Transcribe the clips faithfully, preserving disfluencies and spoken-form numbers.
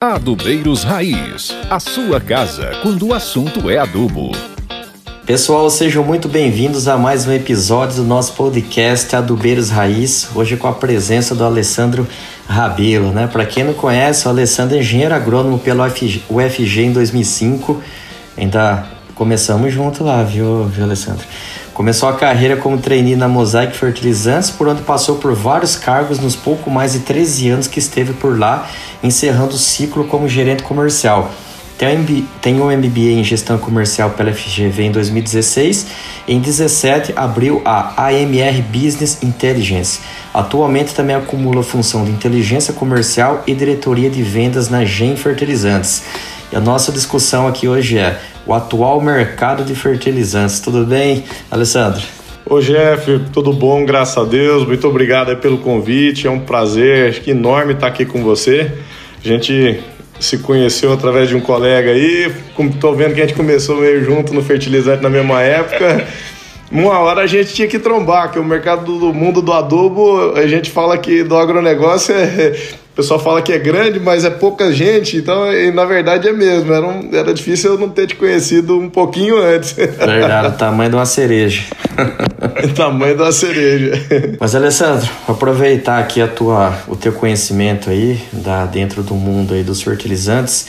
Adubeiros Raiz, a sua casa quando o assunto é adubo. Pessoal, sejam muito bem-vindos a mais um episódio do nosso podcast Adubeiros Raiz, hoje com a presença do Alessandro Rabelo, né? Para quem não conhece, o Alessandro é engenheiro agrônomo pela U F G em dois mil e cinco, ainda começamos junto lá, viu, viu Alessandro? Começou a carreira como trainee na Mosaic Fertilizantes, por onde passou por vários cargos nos pouco mais de treze anos que esteve por lá, encerrando o ciclo como gerente comercial. Tem um M B A em gestão comercial pela F G V em dois mil e dezesseis. Em dois mil e dezessete, abriu a A M R Business Intelligence. Atualmente também acumula a função de inteligência comercial e diretoria de vendas na Gen Fertilizantes. E a nossa discussão aqui hoje é o atual mercado de fertilizantes. Tudo bem, Alessandro? Ô Jeff, tudo bom, graças a Deus. Muito obrigado aí pelo convite. É um prazer enorme estar aqui com você. A gente se conheceu através de um colega aí. Estou vendo que a gente começou meio junto no fertilizante na mesma época. Uma hora a gente tinha que trombar, que o mercado do mundo do adubo, a gente fala que do agronegócio é... O pessoal fala que é grande, mas é pouca gente, então, e, na verdade, é mesmo. Era, um, era difícil eu não ter te conhecido um pouquinho antes. Verdade, o tamanho de uma cereja. O tamanho de uma cereja. Mas, Alessandro, aproveitar aqui a tua, o teu conhecimento aí, da, dentro do mundo aí dos fertilizantes.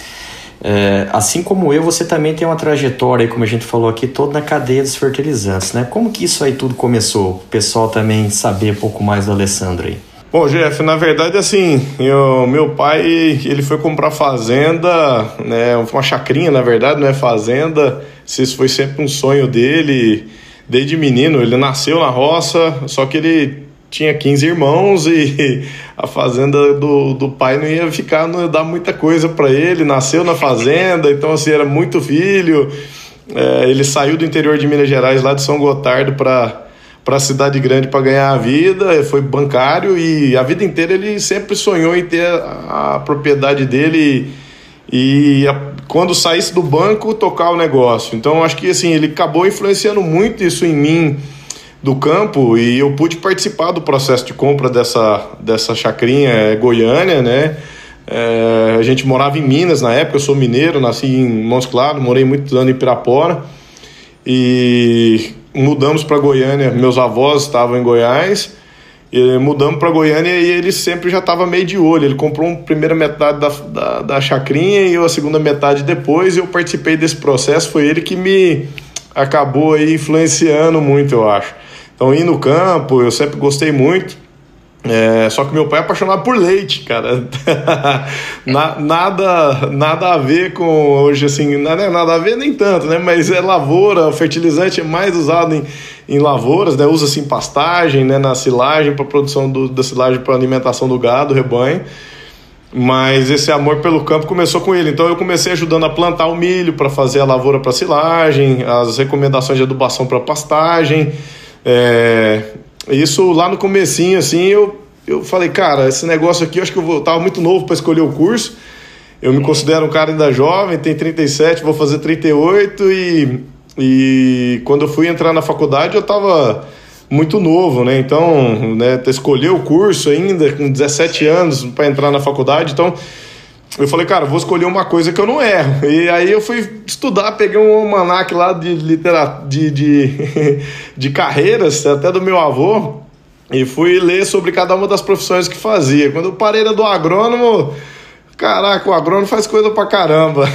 É, assim como eu, você também tem uma trajetória, aí, como a gente falou aqui, toda na cadeia dos fertilizantes, né? Como que isso aí tudo começou? O pessoal também saber um pouco mais do Alessandro aí. Bom, Jeff, na verdade, assim, eu, meu pai, ele foi comprar fazenda, né, uma chacrinha, na verdade, não é fazenda, isso foi sempre um sonho dele, desde menino. Ele nasceu na roça, só que ele tinha quinze irmãos e a fazenda do, do pai não ia ficar, não ia dar muita coisa para ele. Nasceu na fazenda, então, assim, era muito filho. É, ele saiu do interior de Minas Gerais, lá de São Gotardo, para para a cidade grande para ganhar a vida, foi bancário e a vida inteira ele sempre sonhou em ter a, a propriedade dele e, e a, quando saísse do banco tocar o negócio. Então acho que assim, ele acabou influenciando muito isso em mim do campo e eu pude participar do processo de compra dessa, dessa chacrinha Goiânia, né? É, a gente morava em Minas na época, eu sou mineiro, nasci em Montes Claros, morei muitos anos em Pirapora e mudamos para Goiânia, meus avós estavam em Goiás, e mudamos para Goiânia e ele sempre já estava meio de olho. Ele comprou a primeira metade da, da, da chacrinha e eu a segunda metade depois. Eu participei desse processo, foi ele que me acabou aí influenciando muito, eu acho. Então, ir no campo, eu sempre gostei muito. É, só que meu pai é apaixonado por leite, cara. Na, nada, nada a ver com hoje, assim, não é nada a ver nem tanto, né? Mas é lavoura, o fertilizante é mais usado em, em lavouras, né? Usa-se em pastagem, né? Na silagem, para produção do, da silagem para alimentação do gado, rebanho. Mas esse amor pelo campo começou com ele. Então eu comecei ajudando a plantar o milho para fazer a lavoura para silagem, as recomendações de adubação para pastagem. É... Isso lá no comecinho, assim, eu, eu falei, cara, esse negócio aqui, eu acho que eu vou, tava muito novo para escolher o curso. Eu me considero um cara ainda jovem, tenho trinta e sete, vou fazer trinta e oito e, e quando eu fui entrar na faculdade eu tava muito novo, né? Então, né, escolher o curso ainda com dezessete anos para entrar na faculdade, então eu falei, cara, vou escolher uma coisa que eu não erro. E aí eu fui estudar, peguei um almanaque lá de, literatura, de, de, de carreiras, até do meu avô, e fui ler sobre cada uma das profissões que fazia. Quando eu parei do agrônomo, caraca, o agrônomo faz coisa pra caramba.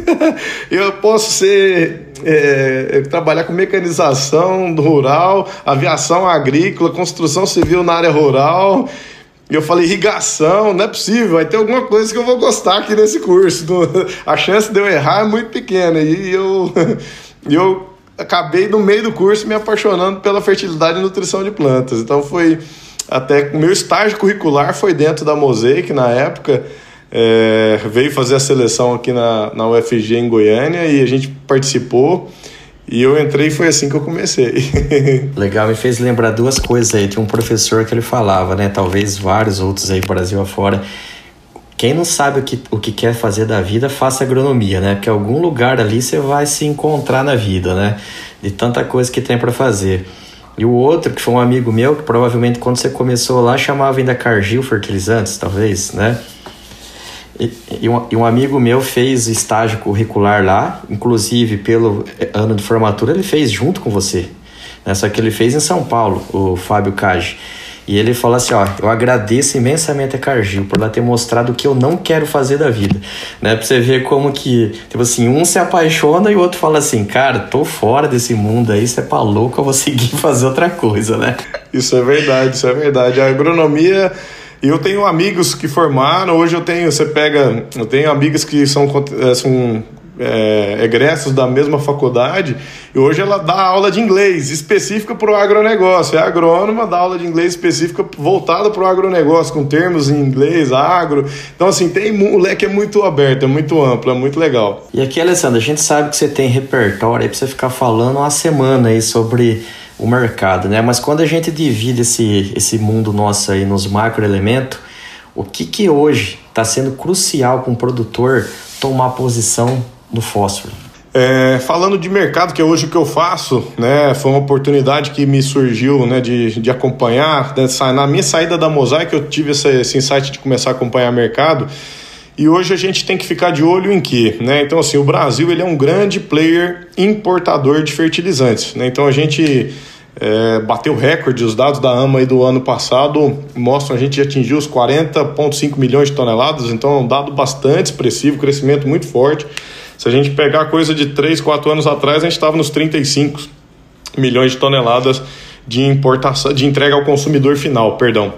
Eu posso ser, é, trabalhar com mecanização rural, aviação agrícola, construção civil na área rural. E eu falei, irrigação, não é possível, vai ter alguma coisa que eu vou gostar aqui nesse curso. A chance de eu errar é muito pequena. E eu, eu acabei, no meio do curso, me apaixonando pela fertilidade e nutrição de plantas. Então foi até... Meu estágio curricular foi dentro da Mosaic, na época. É, veio fazer a seleção aqui na, na U F G em Goiânia e a gente participou. E eu entrei e foi assim que eu comecei. Legal, me fez lembrar duas coisas aí. Tinha um professor que ele falava, né? Talvez vários outros aí, Brasil afora. Quem não sabe o que, o que quer fazer da vida, faça agronomia, né? Porque algum lugar ali você vai se encontrar na vida, né? De tanta coisa que tem para fazer. E o outro, que foi um amigo meu, que provavelmente quando você começou lá, chamava ainda Cargill Fertilizantes, talvez, né? E, e, um, e um amigo meu fez estágio curricular lá, inclusive pelo ano de formatura ele fez junto com você, né? Só que ele fez em São Paulo, o Fábio Cage. E ele fala assim, ó, eu agradeço imensamente a Cargill por ela ter mostrado o que eu não quero fazer da vida, né? Pra você ver como que, tipo assim, um se apaixona e o outro fala assim, cara, tô fora desse mundo aí, você é pra louco, eu vou seguir fazer outra coisa, né? Isso é verdade, isso é verdade. A agronomia, eu tenho amigos que formaram, hoje eu tenho, você pega, eu tenho amigas que são, são é, egressos da mesma faculdade, e hoje ela dá aula de inglês específica para o agronegócio, é agrônoma, dá aula de inglês específica voltada para o agronegócio, com termos em inglês, agro. Então assim, tem, o leque é muito aberto, é muito amplo, é muito legal. E aqui, Alessandro, a gente sabe que você tem repertório aí para você ficar falando uma semana aí sobre o mercado, né? Mas quando a gente divide esse, esse mundo nosso aí nos macroelementos, o que que hoje está sendo crucial para um produtor tomar posição no fósforo? É, falando de mercado, que é hoje o que eu faço, né, foi uma oportunidade que me surgiu, né, de, de acompanhar, né, na minha saída da Mosaic eu tive esse, esse insight de começar a acompanhar mercado, e hoje a gente tem que ficar de olho em quê? Né? Então assim, o Brasil ele é um grande player importador de fertilizantes, né? Então a gente é, bateu recorde, os dados da AMA aí do ano passado mostram que a gente atingiu os quarenta vírgula cinco milhões de toneladas, então é um dado bastante expressivo, crescimento muito forte. Se a gente pegar coisa de três, quatro anos atrás, a gente estava nos trinta e cinco milhões de toneladas de importação, de entrega ao consumidor final, perdão.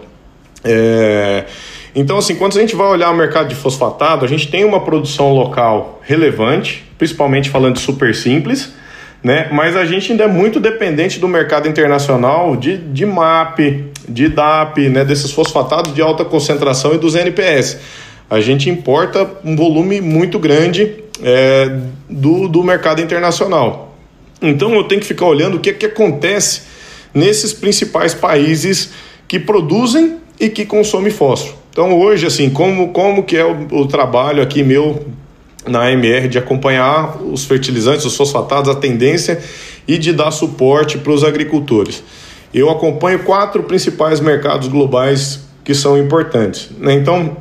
É... Então, assim, quando a gente vai olhar o mercado de fosfatado, a gente tem uma produção local relevante, principalmente falando de super simples, né? Mas a gente ainda é muito dependente do mercado internacional de, de M A P, de D A P, né? Desses fosfatados de alta concentração e dos N P S. A gente importa um volume muito grande é, do, do mercado internacional. Então eu tenho que ficar olhando o que, que acontece nesses principais países que produzem e que consomem fósforo. Então hoje, assim, como, como que é o, o trabalho aqui meu na A M R de acompanhar os fertilizantes, os fosfatados, a tendência e de dar suporte para os agricultores. Eu acompanho quatro principais mercados globais que são importantes, né? Então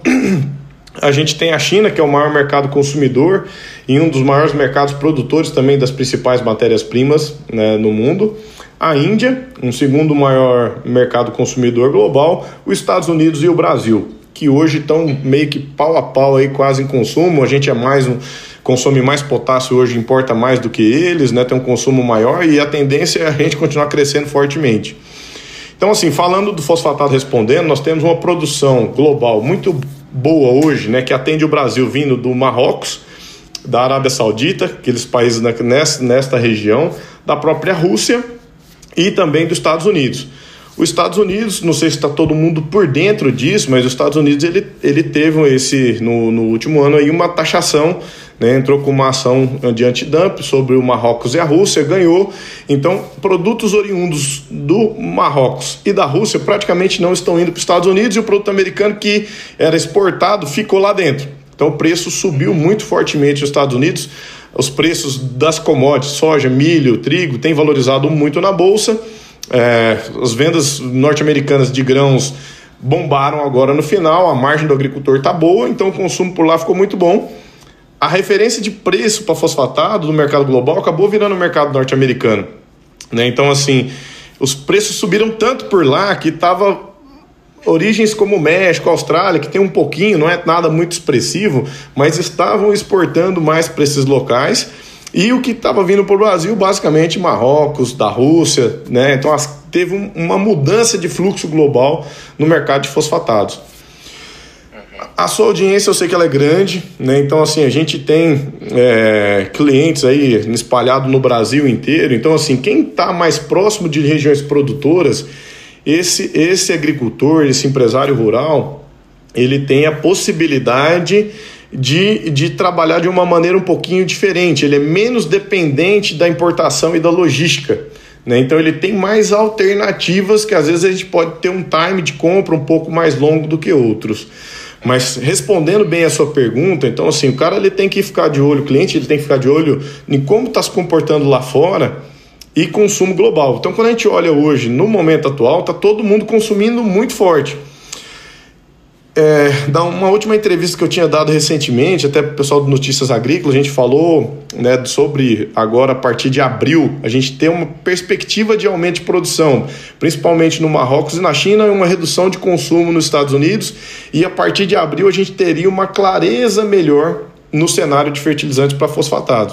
a gente tem a China, que é o maior mercado consumidor e um dos maiores mercados produtores também das principais matérias-primas, né, no mundo. A Índia, um segundo maior mercado consumidor global, os Estados Unidos e o Brasil, que hoje estão meio que pau a pau aí quase em consumo. A gente é mais um, consome mais potássio hoje, importa mais do que eles, né, tem um consumo maior e a tendência é a gente continuar crescendo fortemente. Então, assim, falando do fosfatado respondendo, nós temos uma produção global muito boa hoje, né, que atende o Brasil vindo do Marrocos, da Arábia Saudita, aqueles países nessa, nesta região, da própria Rússia e também dos Estados Unidos. Os Estados Unidos, não sei se está todo mundo por dentro disso, mas os Estados Unidos ele, ele teve esse, no, no último ano aí uma taxação, né, entrou com uma ação de antidump sobre o Marrocos e a Rússia, ganhou. Então, produtos oriundos do Marrocos e da Rússia praticamente não estão indo para os Estados Unidos, e o produto americano que era exportado ficou lá dentro. Então, o preço subiu muito fortemente nos Estados Unidos. Os preços das commodities, soja, milho, trigo, têm valorizado muito na Bolsa. É, as vendas norte-americanas de grãos bombaram agora no final, a margem do agricultor está boa, então o consumo por lá ficou muito bom. A referência de preço para fosfatado do mercado global acabou virando o mercado norte-americano, né? Então, assim, os preços subiram tanto por lá que estava origens como México, Austrália, que tem um pouquinho, não é nada muito expressivo, mas estavam exportando mais para esses locais. E o que estava vindo para o Brasil, basicamente Marrocos, da Rússia, né? Então as, teve um, uma mudança de fluxo global no mercado de fosfatados. A sua audiência eu sei que ela é grande, né? Então assim, a gente tem é, clientes aí espalhados no Brasil inteiro. Então assim, quem está mais próximo de regiões produtoras, esse, esse agricultor, esse empresário rural, ele tem a possibilidade De, de trabalhar de uma maneira um pouquinho diferente. Ele é menos dependente da importação e da logística, né? Então ele tem mais alternativas, que às vezes a gente pode ter um time de compra um pouco mais longo do que outros. Mas respondendo bem a sua pergunta, então assim, o cara ele tem que ficar de olho, o cliente ele tem que ficar de olho em como está se comportando lá fora e consumo global. Então quando a gente olha hoje, no momento atual, está todo mundo consumindo muito forte. É, da uma última entrevista que eu tinha dado recentemente, até para o pessoal do Notícias Agrícolas, a gente falou, né, sobre agora a partir de abril, a gente ter uma perspectiva de aumento de produção, principalmente no Marrocos e na China, e uma redução de consumo nos Estados Unidos, e a partir de abril a gente teria uma clareza melhor no cenário de fertilizantes para fosfatado.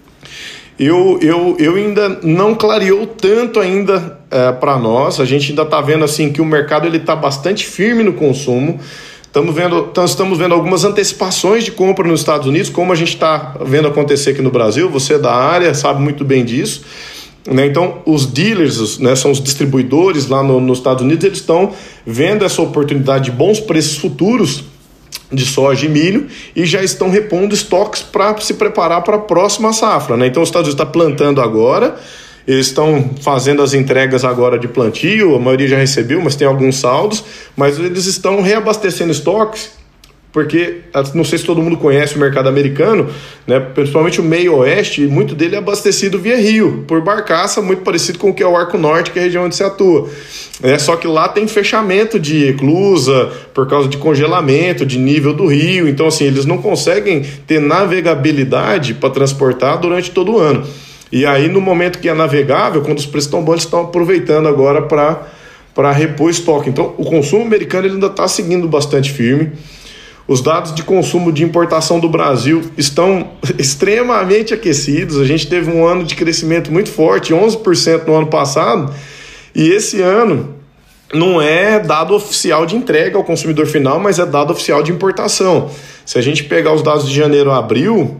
Eu, eu, eu ainda não clareou tanto ainda é, para nós. A gente ainda está vendo assim que o mercado ele está bastante firme no consumo. Estamos vendo, estamos vendo algumas antecipações de compra nos Estados Unidos, como a gente está vendo acontecer aqui no Brasil. Você é da área, sabe muito bem disso, né? Então, os dealers, né, são os distribuidores lá no, nos Estados Unidos, eles estão vendo essa oportunidade de bons preços futuros de soja e milho e já estão repondo estoques para se preparar para a próxima safra, né? Então os Estados Unidos está plantando agora, eles estão fazendo as entregas agora de plantio, a maioria já recebeu, mas tem alguns saldos, mas eles estão reabastecendo estoques, porque não sei se todo mundo conhece o mercado americano, né? Principalmente o meio oeste, muito dele é abastecido via rio, por barcaça, muito parecido com o que é o Arco Norte, que é a região onde se atua. É, só que lá tem fechamento de eclusa por causa de congelamento, de nível do rio, então assim, eles não conseguem ter navegabilidade para transportar durante todo o ano. E aí no momento que é navegável, quando os preços estão bons, eles estão aproveitando agora para para repor estoque. Então o consumo americano ele ainda está seguindo bastante firme. Os dados de consumo de importação do Brasil estão extremamente aquecidos. A gente teve um ano de crescimento muito forte, onze por cento no ano passado, e esse ano não é dado oficial de entrega ao consumidor final, mas é dado oficial de importação. Se a gente pegar os dados de janeiro a abril,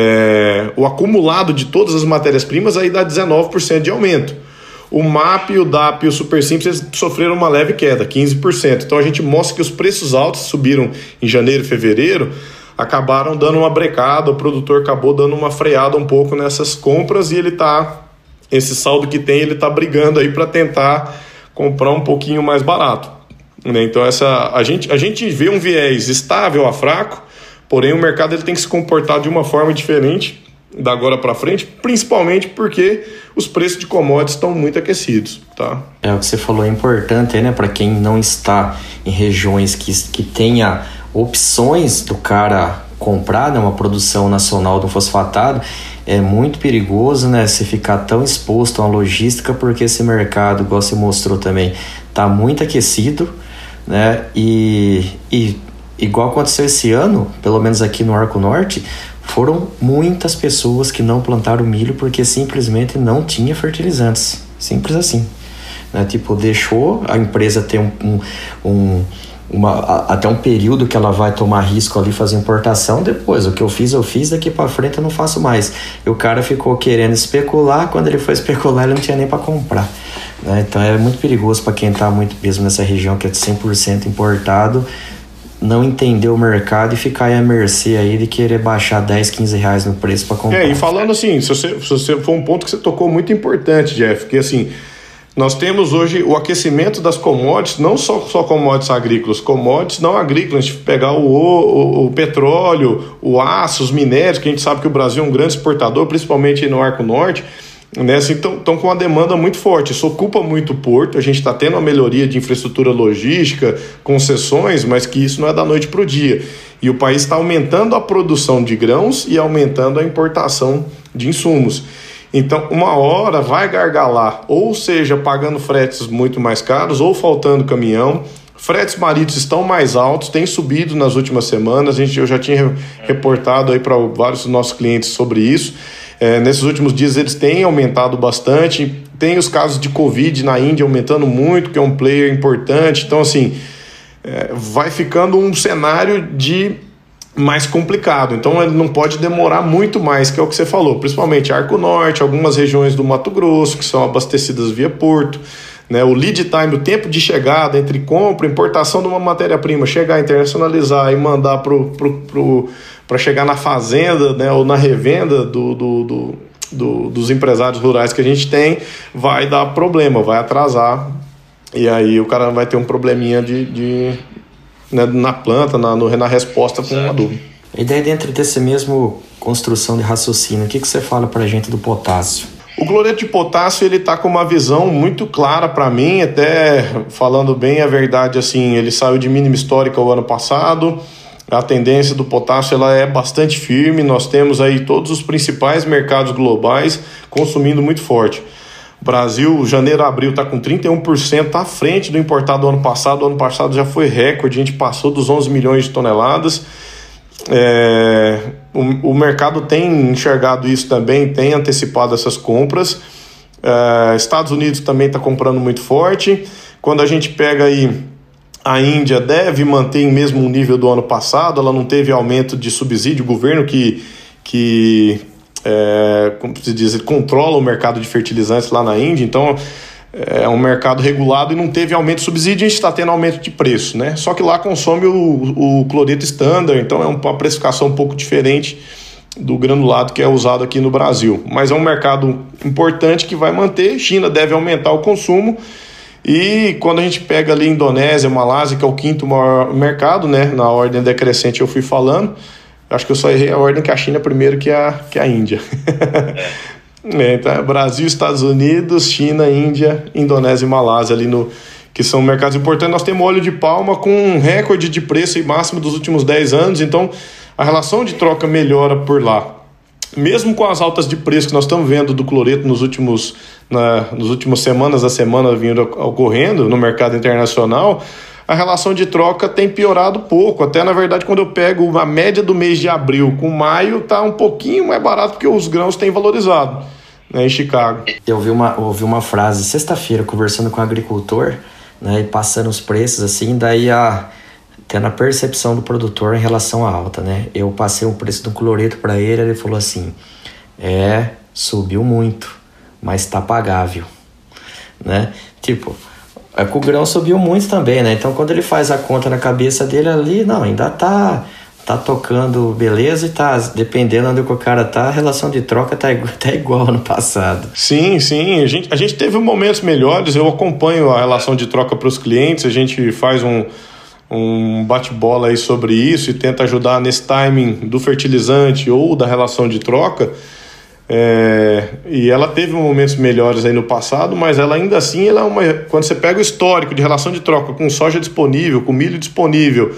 é, o acumulado de todas as matérias-primas aí dá dezenove por cento de aumento. O M A P, o D A P e o Super Simples sofreram uma leve queda, quinze por cento. Então a gente mostra que os preços altos subiram em janeiro e fevereiro, acabaram dando uma brecada, o produtor acabou dando uma freada um pouco nessas compras e ele tá, esse saldo que tem, ele tá brigando aí para tentar comprar um pouquinho mais barato, né? Então essa, a, gente, a gente vê um viés estável a fraco, porém o mercado ele tem que se comportar de uma forma diferente da agora para frente, principalmente porque os preços de commodities estão muito aquecidos, tá? É, o que você falou é importante, né? Para quem não está em regiões que, que tenha opções do cara comprar, né, uma produção nacional do fosfatado, é muito perigoso, né, se ficar tão exposto a uma logística, porque esse mercado, igual você mostrou também, está muito aquecido, né? E, e igual aconteceu esse ano, pelo menos aqui no Arco Norte, foram muitas pessoas que não plantaram milho porque simplesmente não tinha fertilizantes. Simples assim. Né? Tipo, deixou a empresa ter um, um, um, uma, até um período que ela vai tomar risco ali, fazer importação. Depois, o que eu fiz, eu fiz, daqui para frente eu não faço mais. E o cara ficou querendo especular, quando ele foi especular ele não tinha nem para comprar. Né? Então é muito perigoso para quem está muito mesmo nessa região que é cem por cento importado, não entender o mercado e ficar aí à mercê aí de querer baixar dez, quinze reais no preço para comprar. É, e falando assim, se você, se você foi um ponto que você tocou muito importante, Jeff, que assim, nós temos hoje o aquecimento das commodities, não só, só commodities agrícolas, commodities não agrícolas, a gente pegar o, o, o petróleo, o aço, os minérios, que a gente sabe que o Brasil é um grande exportador, principalmente no Arco Norte, né? Assim, estão com uma demanda muito forte, isso ocupa muito o porto, a gente está tendo uma melhoria de infraestrutura logística, concessões, mas que isso não é da noite para o dia. E o país está aumentando a produção de grãos e aumentando a importação de insumos. Então, uma hora vai gargalar, ou seja, pagando fretes muito mais caros, ou faltando caminhão. Fretes marítimos estão mais altos, têm subido nas últimas semanas, a gente, eu já tinha reportado aí para vários dos nossos clientes sobre isso. É, nesses últimos dias eles têm aumentado bastante, tem os casos de Covid na Índia aumentando muito, que é um player importante, então assim, é, vai ficando um cenário de mais complicado, então ele não pode demorar muito mais, que é o que você falou, principalmente Arco Norte, algumas regiões do Mato Grosso, que são abastecidas via porto, né, o lead time, o tempo de chegada entre compra e importação de uma matéria-prima, chegar, internacionalizar e mandar pro, pro, pro para chegar na fazenda, né, ou na revenda do, do, do, do, dos empresários rurais que a gente tem, vai dar problema, vai atrasar, e aí o cara vai ter um probleminha de, de, né, na planta, na, no, na resposta com o adubo. E daí dentro desse mesmo construção de raciocínio, o que, que você fala para a gente do potássio? O cloreto de potássio ele está com uma visão muito clara para mim, até falando bem a verdade, assim, ele saiu de mínima histórica o ano passado. A tendência do potássio ela é bastante firme, nós temos aí todos os principais mercados globais consumindo muito forte. O Brasil, janeiro a abril, está com trinta e um por cento à frente do importado do ano passado. O ano passado já foi recorde, a gente passou dos onze milhões de toneladas. É, o, o mercado tem enxergado isso também, tem antecipado essas compras. É, Estados Unidos também está comprando muito forte. Quando a gente pega aí a Índia, deve manter em mesmo nível do ano passado, ela não teve aumento de subsídio, o governo que, que é, como se diz, controla o mercado de fertilizantes lá na Índia, então é um mercado regulado e não teve aumento de subsídio, a gente está tendo aumento de preço, né? Só que lá consome o, o cloreto standard, então é uma precificação um pouco diferente do granulado que é usado aqui no Brasil. Mas é um mercado importante que vai manter, China deve aumentar o consumo, e quando a gente pega ali Indonésia, Malásia, que é o quinto maior mercado, né? Na ordem decrescente eu fui falando, acho que eu só errei a ordem que a China é primeiro que a, que a Índia. É, então, Brasil, Estados Unidos, China, Índia, Indonésia e Malásia ali no, que são mercados importantes. Nós temos óleo de palma com um recorde de preço e máximo dos últimos dez anos, então a relação de troca melhora por lá. Mesmo com as altas de preço que nós estamos vendo do cloreto nos últimos, na, nos últimas semanas, a semana vindo ocorrendo no mercado internacional, a relação de troca tem piorado pouco. Até, na verdade, quando eu pego a média do mês de abril com maio, está um pouquinho mais barato porque os grãos têm valorizado, né, em Chicago. Eu ouvi uma, ouvi uma frase sexta-feira conversando com um agricultor, né, e passando os preços assim, daí a, tendo a percepção do produtor em relação à alta, né? Eu passei o preço do cloreto para ele, ele falou assim, é, subiu muito, mas está pagável, né? Tipo, é que o grão subiu muito também, né? Então, quando ele faz a conta na cabeça dele ali, não, ainda tá, tá tocando beleza e tá, dependendo onde o cara tá, a relação de troca tá, tá igual ano passado. Sim, sim. A gente, a gente teve momentos melhores, eu acompanho a relação de troca para os clientes, a gente faz um, um bate-bola aí sobre isso e tenta ajudar nesse timing do fertilizante ou da relação de troca. É, e ela teve momentos melhores aí no passado, mas ela ainda assim, ela é uma, quando você pega o histórico de relação de troca com soja disponível, com milho disponível,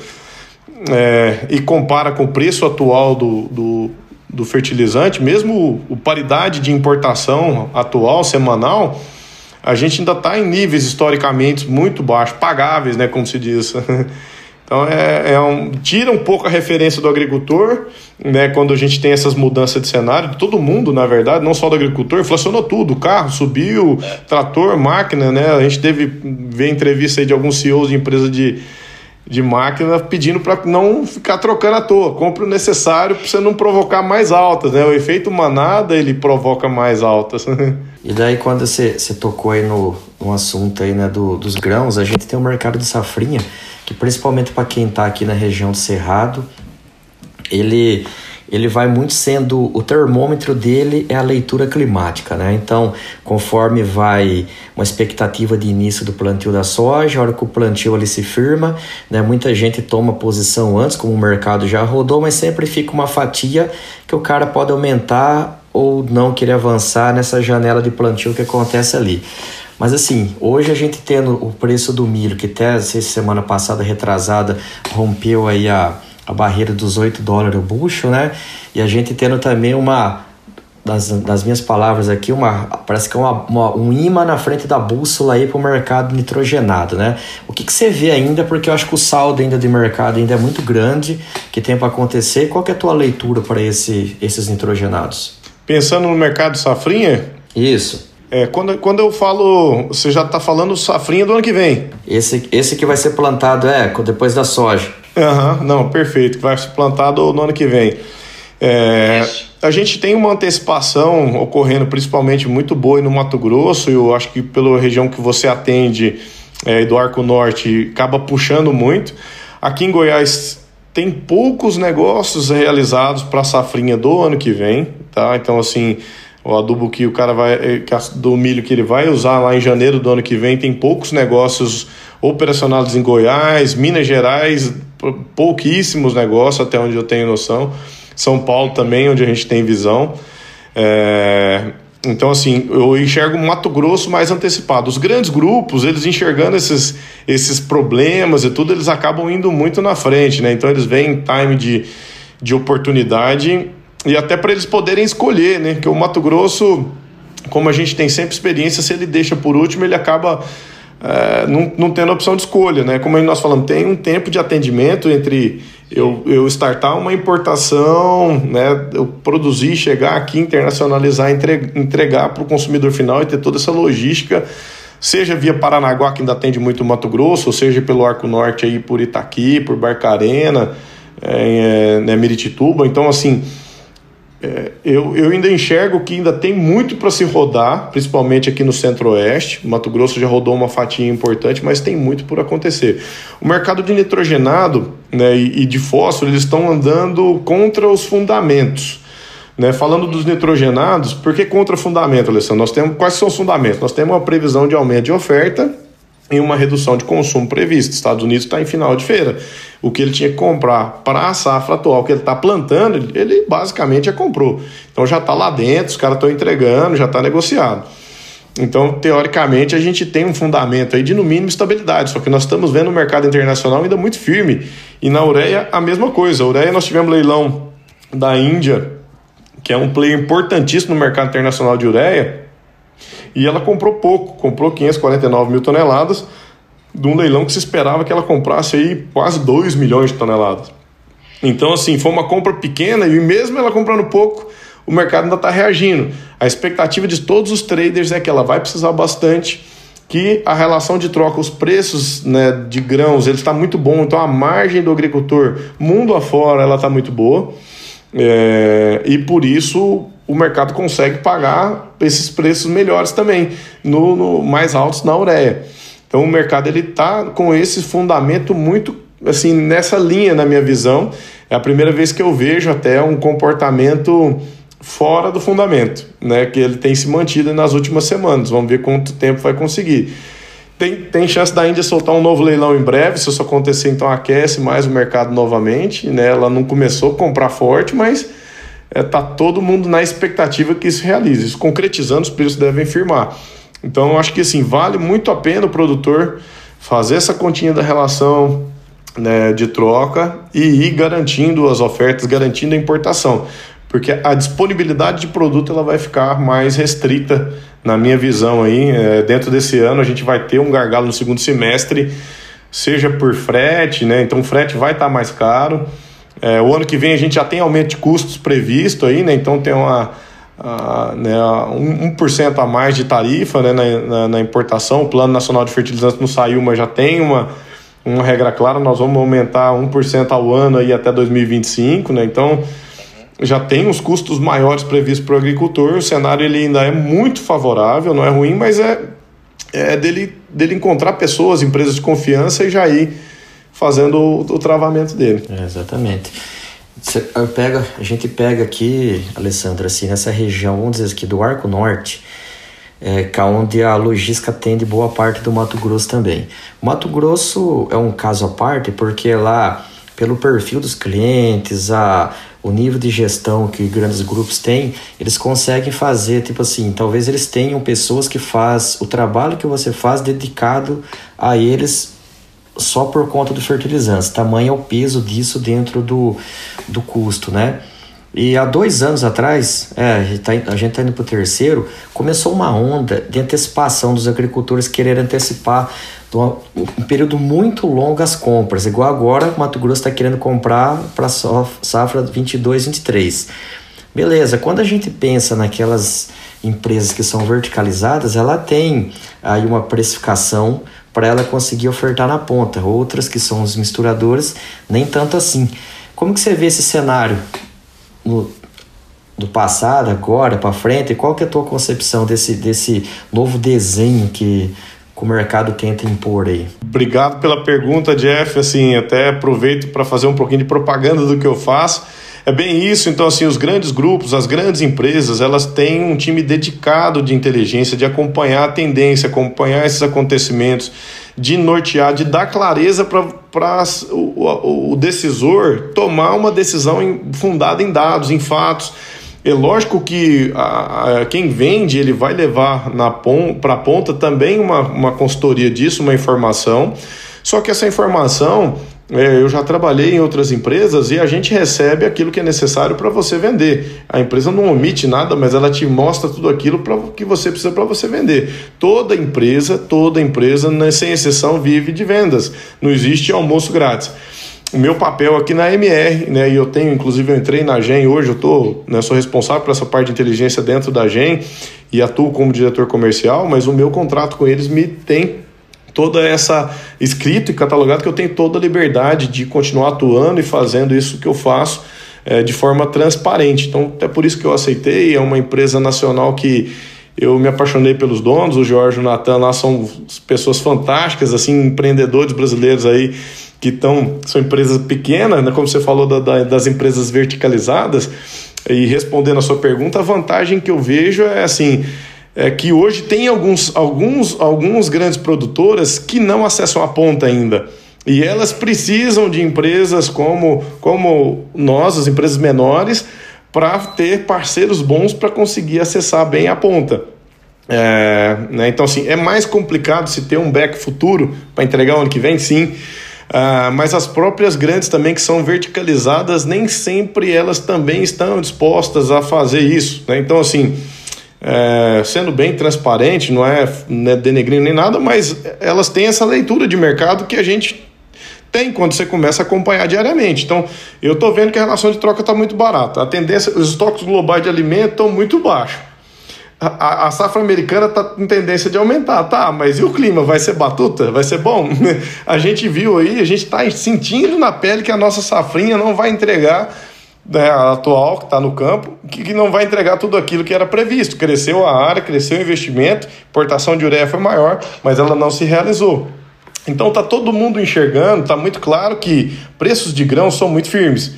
é, e compara com o preço atual do, do, do fertilizante, mesmo o, o paridade de importação atual, semanal, a gente ainda está em níveis historicamente muito baixos, pagáveis, né, como se diz. Então, é, é um, tira um pouco a referência do agricultor, né, quando a gente tem essas mudanças de cenário, de todo mundo, na verdade, não só do agricultor, inflacionou tudo, o carro subiu, é. trator, máquina, né, a gente teve ver entrevista aí de alguns C E Os de empresa de, de máquina pedindo para não ficar trocando à toa, compre o necessário para você não provocar mais altas, né, o efeito manada, ele provoca mais altas. E daí, quando você, você tocou aí no, no assunto aí, né, do, dos grãos, a gente tem o mercado de safrinha, que principalmente para quem está aqui na região do Cerrado, ele, ele vai muito sendo, o termômetro dele é a leitura climática, né? Então, conforme vai uma expectativa de início do plantio da soja, a hora que o plantio ali se firma, né, muita gente toma posição antes, como o mercado já rodou, mas sempre fica uma fatia que o cara pode aumentar ou não querer avançar nessa janela de plantio que acontece ali. Mas assim, hoje a gente tendo o preço do milho, que até semana passada, retrasada, rompeu aí a, a barreira dos oito dólares o bushel, né? E a gente tendo também uma, das, das minhas palavras aqui, uma, parece que é uma, uma, um imã na frente da bússola aí para o mercado nitrogenado, né? O que, que você vê ainda, porque eu acho que o saldo ainda de mercado ainda é muito grande, que tem para acontecer. Qual que é a tua leitura para esse, esses nitrogenados? Pensando no mercado safrinha? Isso. É, quando, quando eu falo, você já está falando safrinha do ano que vem. Esse, esse que vai ser plantado, é, depois da soja. Aham, uhum, não, perfeito, vai ser plantado no ano que vem. É, a gente tem uma antecipação ocorrendo principalmente muito boa no Mato Grosso, eu acho que pela região que você atende, é, do Arco Norte, acaba puxando muito. Aqui em Goiás tem poucos negócios realizados para a safrinha do ano que vem, tá? Então, assim, o adubo que o cara vai, do milho que ele vai usar lá em janeiro do ano que vem, tem poucos negócios operacionados em Goiás, Minas Gerais, pouquíssimos negócios, até onde eu tenho noção. São Paulo também, onde a gente tem visão. É, Então, assim, eu enxergo o Mato Grosso mais antecipado. Os grandes grupos, eles enxergando esses, esses problemas e tudo, eles acabam indo muito na frente, né? Então, eles veem time de, de oportunidade e até para eles poderem escolher, né? Porque o Mato Grosso, como a gente tem sempre experiência, se ele deixa por último, ele acaba é, não, não tendo opção de escolha, né? Como nós falamos, tem um tempo de atendimento entre eu, eu startar uma importação, né? Eu produzir, chegar aqui, internacionalizar, entre, entregar para o consumidor final e ter toda essa logística, seja via Paranaguá, que ainda atende muito o Mato Grosso, ou seja pelo Arco Norte, aí por Itaqui, por Barcarena, é, é, né, Miritituba. Então, assim, É, eu, eu ainda enxergo que ainda tem muito para se rodar, principalmente aqui no Centro-Oeste. Mato Grosso já rodou uma fatia importante, mas tem muito por acontecer. O mercado de nitrogenado, né, e, e de fósforo, eles estão andando contra os fundamentos. Né? Falando dos nitrogenados, por que contra fundamento, Alessandro? Nós temos, quais são os fundamentos? Nós temos uma previsão de aumento de oferta e uma redução de consumo prevista. Estados Unidos está em final de feira. O que ele tinha que comprar para a safra atual que ele está plantando, ele basicamente já comprou. Então já está lá dentro, os caras estão entregando, já está negociado. Então, teoricamente, a gente tem um fundamento aí de, no mínimo, estabilidade. Só que nós estamos vendo o mercado internacional ainda muito firme. E na ureia, a mesma coisa. A ureia, nós tivemos leilão da Índia, que é um player importantíssimo no mercado internacional de ureia, e ela comprou pouco, comprou quinhentas e quarenta e nove mil toneladas de um leilão que se esperava que ela comprasse aí quase dois milhões de toneladas. Então, assim, foi uma compra pequena e mesmo ela comprando pouco, o mercado ainda está reagindo. A expectativa de todos os traders é que ela vai precisar bastante, que a relação de troca, os preços, né, de grãos, ele está muito bom, então a margem do agricultor mundo afora ela está muito boa, é, e por isso o mercado consegue pagar esses preços melhores também, no, no mais altos na ureia. Então o mercado está com esse fundamento muito assim, nessa linha, na minha visão. É a primeira vez que eu vejo até um comportamento fora do fundamento, né, que ele tem se mantido nas últimas semanas. Vamos ver quanto tempo vai conseguir. Tem, tem chance da Índia soltar um novo leilão em breve. Se isso acontecer, então aquece mais o mercado novamente, né? Ela não começou a comprar forte, mas está é, todo mundo na expectativa que isso realize. Isso concretizando, os preços devem firmar. Então, eu acho que assim, vale muito a pena o produtor fazer essa continha da relação, né, de troca e ir garantindo as ofertas, garantindo a importação. Porque a disponibilidade de produto ela vai ficar mais restrita, na minha visão. Aí, é, dentro desse ano, a gente vai ter um gargalo no segundo semestre, seja por frete, né? Então o frete vai estar mais caro. É, o ano que vem a gente já tem aumento de custos previsto aí, né? Então tem uma, a, né, um, um por cento a mais de tarifa, né, na, na, na importação. O Plano Nacional de Fertilizantes não saiu, mas já tem uma, uma regra clara. Nós vamos aumentar um por cento ao ano aí até dois mil e vinte e cinco, né? Então já tem os custos maiores previstos para o agricultor. O cenário ele ainda é muito favorável, não é ruim, mas é, é dele, dele encontrar pessoas, empresas de confiança e já ir fazendo o, o travamento dele. É, exatamente. Você pega, a gente pega aqui, Alessandro, assim, nessa região, vamos dizer aqui, do Arco Norte, é, que é onde a logística atende boa parte do Mato Grosso também. O Mato Grosso é um caso à parte, porque lá, pelo perfil dos clientes, a, o nível de gestão que grandes grupos têm, eles conseguem fazer, tipo assim, talvez eles tenham pessoas que fazem o trabalho que você faz dedicado a eles só por conta dos fertilizantes. Tamanho é o peso disso dentro do, do custo, né? E há dois anos atrás, é, a gente está indo para o terceiro, começou uma onda de antecipação dos agricultores quererem antecipar um período muito longo as compras, igual agora o Mato Grosso está querendo comprar para a safra vinte e dois, vinte e três. Beleza, quando a gente pensa naquelas empresas que são verticalizadas, ela tem aí uma precificação para ela conseguir ofertar na ponta. Outras que são os misturadores, nem tanto assim. Como que você vê esse cenário no, do passado, agora, para frente? E qual que é a tua concepção desse, desse novo desenho que o mercado tenta impor aí? Obrigado pela pergunta, Jeff. Assim, até aproveito para fazer um pouquinho de propaganda do que eu faço. É bem isso. Então, assim, os grandes grupos, as grandes empresas, elas têm um time dedicado de inteligência, de acompanhar a tendência, acompanhar esses acontecimentos, de nortear, de dar clareza para o, o, o decisor tomar uma decisão em, fundada em dados, em fatos. É lógico que a, a, quem vende, ele vai levar para a ponta também uma, uma consultoria disso, uma informação, só que essa informação, é, eu já trabalhei em outras empresas e a gente recebe aquilo que é necessário para você vender. A empresa não omite nada, mas ela te mostra tudo aquilo pra, que você precisa para você vender. Toda empresa, toda empresa, né, sem exceção, vive de vendas. Não existe almoço grátis. O meu papel aqui na M R, né, e eu tenho, inclusive eu entrei na G E M, hoje eu tô, né, sou responsável por essa parte de inteligência dentro da G E M e atuo como diretor comercial, mas o meu contrato com eles me tem toda essa escrito e catalogado que eu tenho toda a liberdade de continuar atuando e fazendo isso que eu faço é, de forma transparente. Então é por isso que eu aceitei, é uma empresa nacional que eu me apaixonei pelos donos, o Jorge e o Natan lá são pessoas fantásticas, assim, empreendedores brasileiros aí que estão, são empresas pequenas, né, como você falou da, da, das empresas verticalizadas. E respondendo a sua pergunta, a vantagem que eu vejo é assim, é que hoje tem alguns, alguns, alguns grandes produtoras que não acessam a ponta ainda. E elas precisam de empresas como, como nós, as empresas menores, para ter parceiros bons para conseguir acessar bem a ponta. É, né, então, assim, é mais complicado se ter um back futuro para entregar o ano que vem, sim. Uh, mas as próprias grandes também que são verticalizadas, nem sempre elas também estão dispostas a fazer isso, né? Então, assim, é, sendo bem transparente, não é, não é denegrindo nem nada, mas elas têm essa leitura de mercado que a gente tem quando você começa a acompanhar diariamente. Então, eu estou vendo que a relação de troca está muito barata. A tendência, os estoques globais de alimento estão muito baixos. A, a safra americana está em tendência de aumentar, tá? Mas e o clima? Vai ser batuta? Vai ser bom? A gente viu aí, a gente está sentindo na pele que a nossa safrinha não vai entregar, né, a atual que está no campo, que, que não vai entregar tudo aquilo que era previsto. Cresceu a área, cresceu o investimento, importação de ureia foi maior, mas ela não se realizou. Então está todo mundo enxergando, está muito claro que preços de grãos são muito firmes.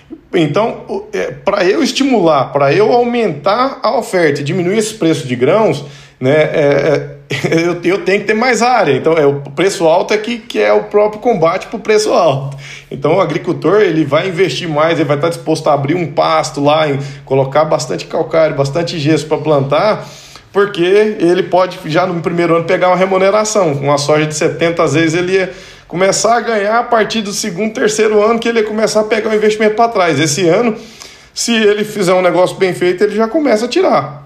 Então, para eu estimular, para eu aumentar a oferta e diminuir esses preços de grãos, né, é, é, eu, eu tenho que ter mais área. Então, é, o preço alto é que, que é o próprio combate para o preço alto. Então, o agricultor ele vai investir mais, ele vai estar disposto a abrir um pasto lá, em colocar bastante calcário, bastante gesso para plantar, porque ele pode já no primeiro ano pegar uma remuneração. Uma soja de setenta, às vezes ele ia começar a ganhar a partir do segundo, terceiro ano que ele ia começar a pegar o investimento para trás. Esse ano, se ele fizer um negócio bem feito, ele já começa a tirar.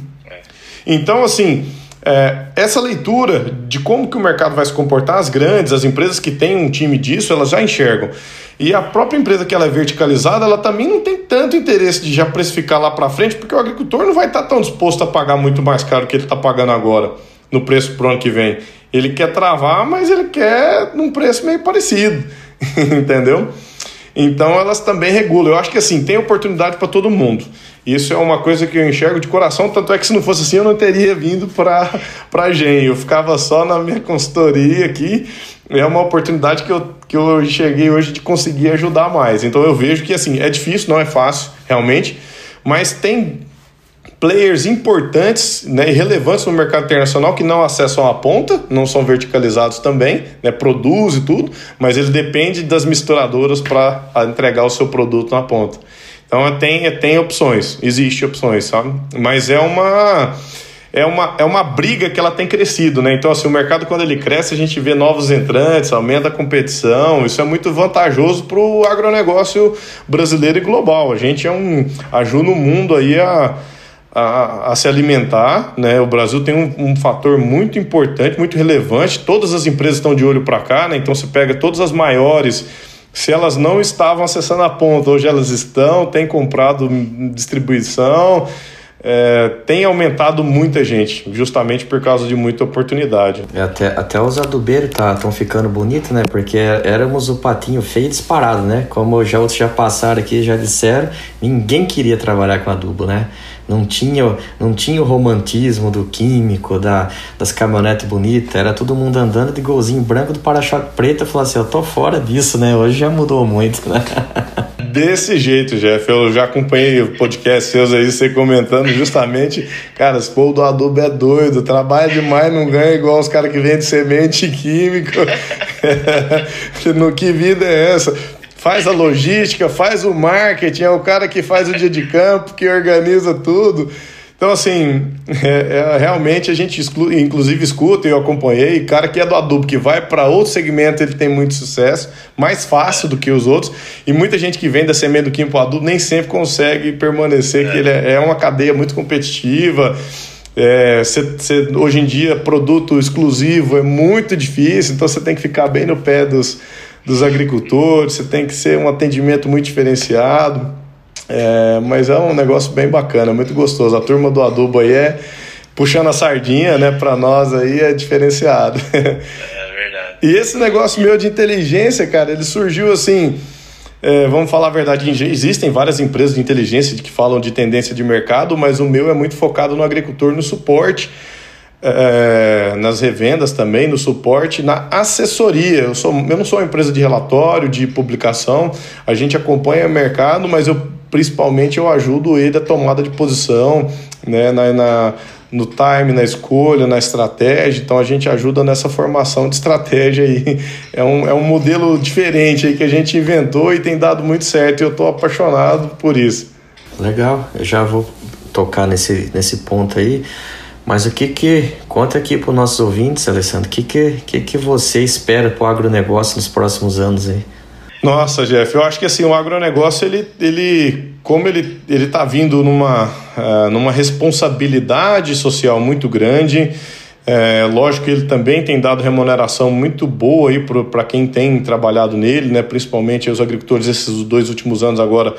Então, assim, é, essa leitura de como que o mercado vai se comportar, as grandes, as empresas que têm um time disso, elas já enxergam. E a própria empresa que ela é verticalizada, ela também não tem tanto interesse de já precificar lá para frente, porque o agricultor não vai estar tão disposto a pagar muito mais caro que ele está pagando agora, no preço para o ano que vem. Ele quer travar, mas ele quer num preço meio parecido, entendeu? Então elas também regulam. Eu acho que assim, tem oportunidade para todo mundo. Isso é uma coisa que eu enxergo de coração, tanto é que se não fosse assim eu não teria vindo para a G E M. Eu ficava só na minha consultoria aqui. É uma oportunidade que eu, que eu enxerguei hoje de conseguir ajudar mais. Então eu vejo que assim, é difícil, não é fácil realmente, mas tem players importantes, né, e relevantes no mercado internacional que não acessam a ponta, não são verticalizados também, né, produzem tudo, mas eles dependem das misturadoras para entregar o seu produto na ponta. Então tem, tem opções, existe opções, sabe? Mas é uma, é, uma, é uma briga que ela tem crescido, né? Então assim, o mercado quando ele cresce a gente vê novos entrantes, aumenta a competição, isso é muito vantajoso para o agronegócio brasileiro e global. A gente é um, ajuda o mundo aí a A, a se alimentar, né? O Brasil tem um, um fator muito importante, muito relevante. Todas as empresas estão de olho para cá, né? Então você pega todas as maiores, se elas não estavam acessando a ponta, hoje elas estão, têm comprado distribuição, é, tem aumentado muita gente, justamente por causa de muita oportunidade. Até, até os adubeiros estão tá, ficando bonitos, né? Porque éramos o patinho feio disparado, né? Como já outros já passaram aqui, já disseram, ninguém queria trabalhar com adubo, né? Não tinha, não tinha o romantismo do químico, da, das caminhonetes bonitas, era todo mundo andando de golzinho branco do para-choque preto. Eu falei assim, eu tô fora disso, né? Hoje já mudou muito, né? Desse jeito, Jeff, eu já acompanhei o podcast seus aí, você comentando justamente, cara, esse povo do adubo é doido, trabalha demais, não ganha igual os caras que vendem semente química. No que vida é essa? faz a logística, faz o marketing, é o cara que faz o dia de campo, que organiza tudo. Então, assim, é, é, realmente a gente exclu, inclusive escuta, eu acompanhei, cara que é do adubo, que vai para outro segmento, ele tem muito sucesso, mais fácil do que os outros, e muita gente que vem da semente do químico para o adubo nem sempre consegue permanecer, é. que ele é, é uma cadeia muito competitiva. É, cê, cê, hoje em dia, produto exclusivo é muito difícil, então você tem que ficar bem no pé dos, dos agricultores, você tem que ser um atendimento muito diferenciado. É, mas é um negócio bem bacana, muito gostoso. A turma do adubo aí é puxando a sardinha, né? Para nós aí é diferenciado. É verdade. E esse negócio meu de inteligência, cara, ele surgiu assim, é, vamos falar a verdade, existem várias empresas de inteligência que falam de tendência de mercado, mas o meu é muito focado no agricultor, no suporte, é, nas revendas também, no suporte, na assessoria. Eu, sou, eu não sou uma empresa de relatório, de publicação, a gente acompanha o mercado, mas eu principalmente eu ajudo ele a tomada de posição, né, na, na, no time, na escolha, na estratégia. Então a gente ajuda nessa formação de estratégia aí. É um, é um modelo diferente aí que a gente inventou e tem dado muito certo, e eu estou apaixonado por isso. Legal, eu já vou tocar nesse, nesse ponto aí, mas o que que, conta aqui para os nossos ouvintes, Alessandro, o que que, que que você espera para o agronegócio nos próximos anos aí? Nossa, Jeff, eu acho que assim, o agronegócio, ele, ele, como ele ele está vindo numa, uh, numa responsabilidade social muito grande, é, lógico que ele também tem dado remuneração muito boa para quem tem trabalhado nele, né, principalmente os agricultores, esses dois últimos anos agora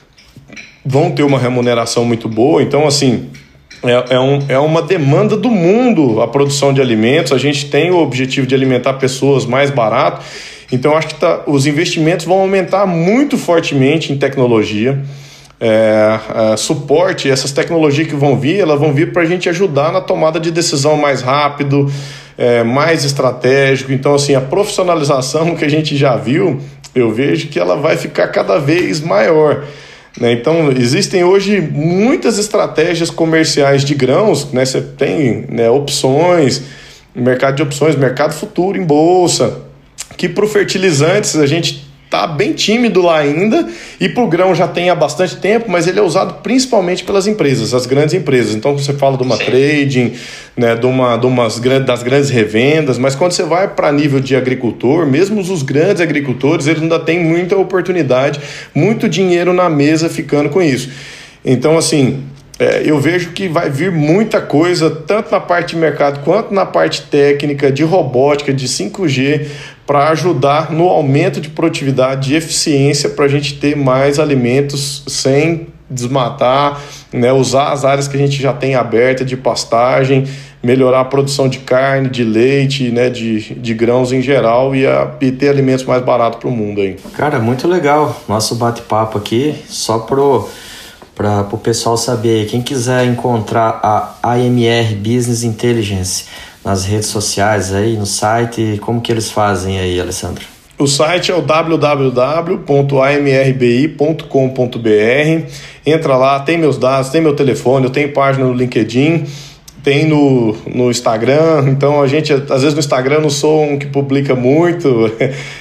vão ter uma remuneração muito boa. Então, assim, é, é, um, é uma demanda do mundo a produção de alimentos. A gente tem o objetivo de alimentar pessoas mais barato. Então, acho que tá, os investimentos vão aumentar muito fortemente em tecnologia, é, é, suporte. Essas tecnologias que vão vir, elas vão vir para a gente ajudar na tomada de decisão mais rápido, é, mais estratégico. Então, assim, a profissionalização que a gente já viu, eu vejo que ela vai ficar cada vez maior, né? Então, existem hoje muitas estratégias comerciais de grãos, né? Você tem, né, opções, mercado de opções, mercado futuro em bolsa, que para o fertilizantes a gente está bem tímido lá ainda, e para o grão já tem há bastante tempo, mas ele é usado principalmente pelas empresas, as grandes empresas. Então você fala de uma Sim. trading, né, de uma, de umas, das grandes revendas, mas quando você vai para nível de agricultor, mesmo os grandes agricultores, eles ainda têm muita oportunidade, muito dinheiro na mesa ficando com isso. Então, assim, É, eu vejo que vai vir muita coisa, tanto na parte de mercado quanto na parte técnica, de robótica, de cinco G, para ajudar no aumento de produtividade, de eficiência, para a gente ter mais alimentos sem desmatar, né, usar as áreas que a gente já tem aberta de pastagem, melhorar a produção de carne, de leite, né, de, de grãos em geral, e, a, e ter alimentos mais baratos para o mundo aí. Cara, muito legal nosso bate-papo aqui, só pro... para o pessoal saber, quem quiser encontrar a A M R Business Intelligence nas redes sociais, aí no site, como que eles fazem aí, Alessandro? O site é o w w w ponto a m r b i ponto com ponto b r. Entra lá, tem meus dados, tem meu telefone, eu tenho página no LinkedIn, tem no, no Instagram. Então a gente, às vezes no Instagram eu não sou um que publica muito,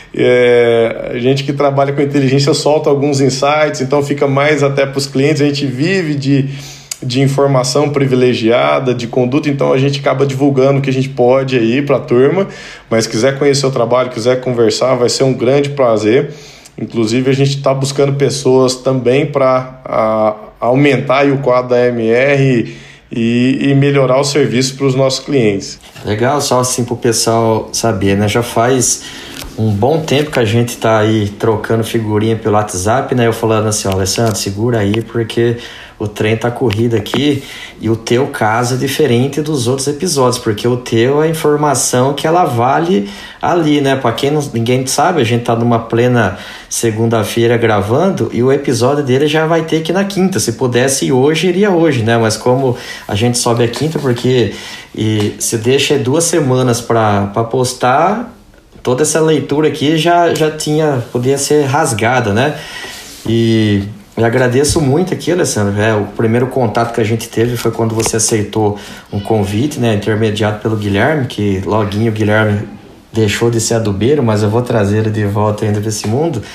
é, a gente que trabalha com inteligência solta alguns insights, então fica mais até para os clientes. A gente vive de, de informação privilegiada, de conduta, então a gente acaba divulgando o que a gente pode aí para a turma, mas quiser conhecer o trabalho, quiser conversar, vai ser um grande prazer. Inclusive a gente está buscando pessoas também para aumentar aí o quadro da A M R E, e melhorar o serviço para os nossos clientes. Legal, só assim para o pessoal saber, né? Já faz um bom tempo que a gente está aí trocando figurinha pelo WhatsApp, né? Eu falando assim, ó, Alessandro, segura aí porque o trem tá corrido aqui, e o teu caso é diferente dos outros episódios, porque o teu é a informação que ela vale ali, né? Para quem não, ninguém sabe, a gente tá numa plena segunda-feira gravando, e o episódio dele já vai ter que ir na quinta. Se pudesse ir hoje, iria hoje, né? Mas como a gente sobe a quinta, porque e se deixa duas semanas para postar, toda essa leitura aqui já, já tinha, podia ser rasgada, né? E eu agradeço muito aqui, Alessandro. É, o primeiro contato que a gente teve foi quando você aceitou um convite, né, intermediado pelo Guilherme, que loguinho o Guilherme deixou de ser adubeiro, mas eu vou trazer ele de volta ainda para esse mundo.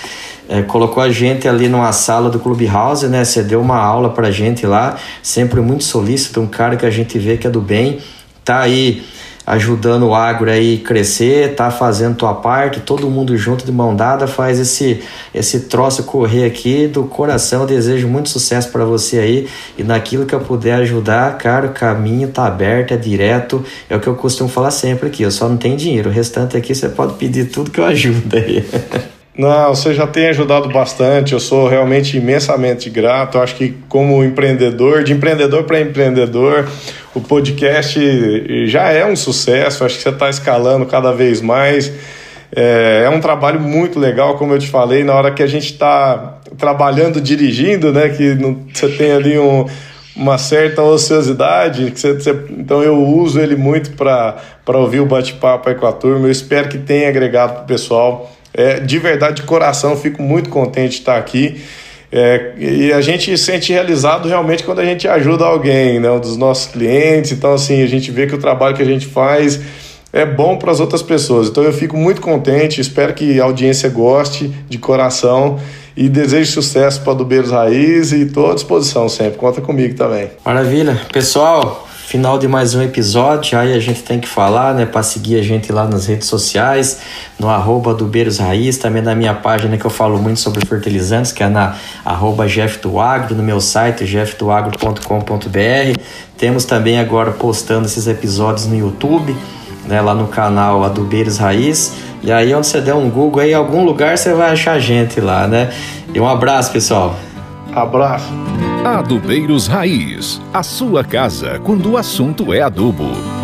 É, colocou a gente ali numa sala do Clubhouse, né? Você deu uma aula pra gente lá, sempre muito solícito, um cara que a gente vê que é do bem, tá aí ajudando o agro aí crescer, tá fazendo tua parte, todo mundo junto de mão dada, faz esse, esse troço correr aqui do coração. Eu desejo muito sucesso para você aí, e naquilo que eu puder ajudar, cara, o caminho tá aberto, é direto, é o que eu costumo falar sempre aqui, eu só não tenho dinheiro, o restante aqui você pode pedir tudo que eu ajudo aí. Não, você já tem ajudado bastante, eu sou realmente imensamente grato. Eu acho que como empreendedor, de empreendedor para empreendedor, o podcast já é um sucesso, acho que você está escalando cada vez mais. É, é um trabalho muito legal, como eu te falei, na hora que a gente está trabalhando, dirigindo, né, que não, você tem ali um, uma certa ociosidade, que você, você, então eu uso ele muito para ouvir o bate-papo aí com a turma. Eu espero que tenha agregado para o pessoal. É, de verdade, de coração, fico muito contente de estar aqui. É, e a gente se sente realizado realmente quando a gente ajuda alguém, né, um dos nossos clientes. Então, assim, a gente vê que o trabalho que a gente faz é bom para as outras pessoas. Então, eu fico muito contente, espero que a audiência goste de coração e desejo sucesso para Adubeiros Raiz, e estou à disposição sempre. Conta comigo também. Maravilha. Pessoal, final de mais um episódio, aí a gente tem que falar, né, para seguir a gente lá nas redes sociais, no arroba Adubeiros Raiz, também na minha página que eu falo muito sobre fertilizantes, que é na arroba Jeff do Agro, no meu site jeff do agro ponto com ponto b r. Temos também agora postando esses episódios no YouTube, né, lá no canal Adubeiros Raiz, e aí onde você der um Google aí, em algum lugar você vai achar a gente lá, né? E um abraço, pessoal. Abraço. Adubeiros Raiz, a sua casa quando o assunto é adubo.